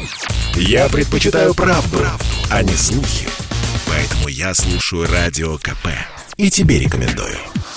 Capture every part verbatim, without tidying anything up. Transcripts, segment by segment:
Я предпочитаю правду, правду, а не слухи. Поэтому я слушаю Радио КП. И тебе рекомендую.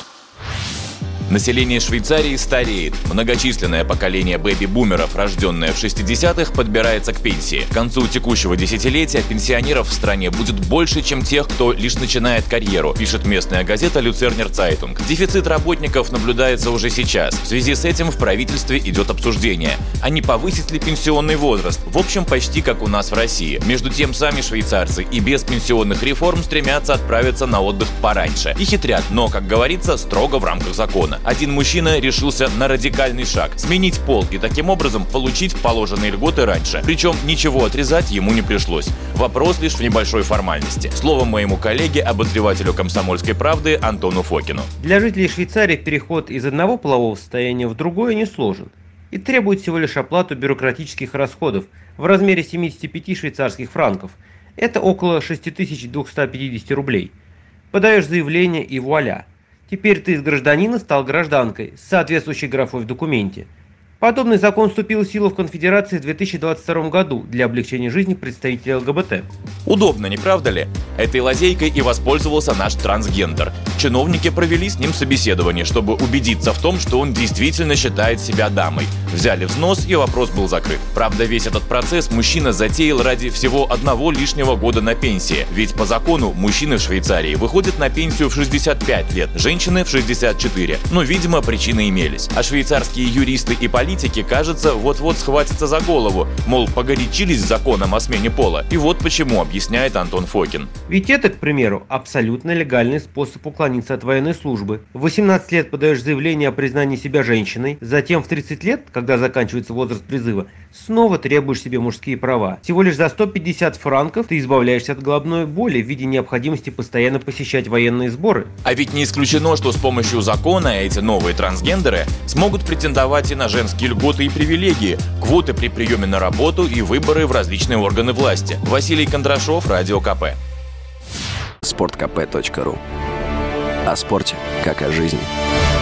Население Швейцарии стареет. Многочисленное поколение бэби-бумеров, рожденное в шестидесятых, подбирается к пенсии. К концу текущего десятилетия пенсионеров в стране будет больше, чем тех, кто лишь начинает карьеру, пишет местная газета «Люцернер Цайтунг». Дефицит работников наблюдается уже сейчас. В связи с этим в правительстве идет обсуждение, а не повысить ли пенсионный возраст. В общем, почти как у нас в России. Между тем, сами швейцарцы и без пенсионных реформ стремятся отправиться на отдых пораньше. И хитрят, но, как говорится, строго в рамках закона. Один мужчина решился на радикальный шаг – сменить пол и таким образом получить положенные льготы раньше. Причем ничего отрезать ему не пришлось. Вопрос лишь в небольшой формальности. Слово моему коллеге, обозревателю «Комсомольской правды» Антону Фокину. Для жителей Швейцарии переход из одного полового состояния в другое не сложен и требует всего лишь оплату бюрократических расходов в размере семьдесят пять швейцарских франков. Это около шесть тысяч двести пятьдесят рублей. Подаешь заявление и вуаля. Теперь ты из гражданина стал гражданкой с соответствующей графой в документе. Подобный закон вступил в силу в Конфедерации в две тысячи двадцать втором году для облегчения жизни представителей ЛГБТ. Удобно, не правда ли? Этой лазейкой и воспользовался наш трансгендер. Чиновники провели с ним собеседование, чтобы убедиться в том, что он действительно считает себя дамой. Взяли взнос, и вопрос был закрыт. Правда, весь этот процесс мужчина затеял ради всего одного лишнего года на пенсии. Ведь по закону мужчины в Швейцарии выходят на пенсию в шестьдесят пять лет, женщины в шестьдесят четыре. Но, видимо, причины имелись. А швейцарские юристы и политики, кажется, вот-вот схватятся за голову. Мол, погорячились с законом о смене пола. И вот почему, объясняет Антон Фокин. Ведь это, к примеру, абсолютно легальный способ уклониться от военной службы. В восемнадцать лет подаешь заявление о признании себя женщиной, затем в тридцать лет, когда заканчивается возраст призыва, снова требуешь себе мужские права. Всего лишь за сто пятьдесят франков ты избавляешься от головной боли в виде необходимости постоянно посещать военные сборы. А ведь не исключено, что с помощью закона эти новые трансгендеры смогут претендовать и на женские льготы и привилегии, квоты при приеме на работу и выборы в различные органы власти. Василий Кондрашов, Радио КП. спорт кэ пэ точка ру. О спорте, как о жизни.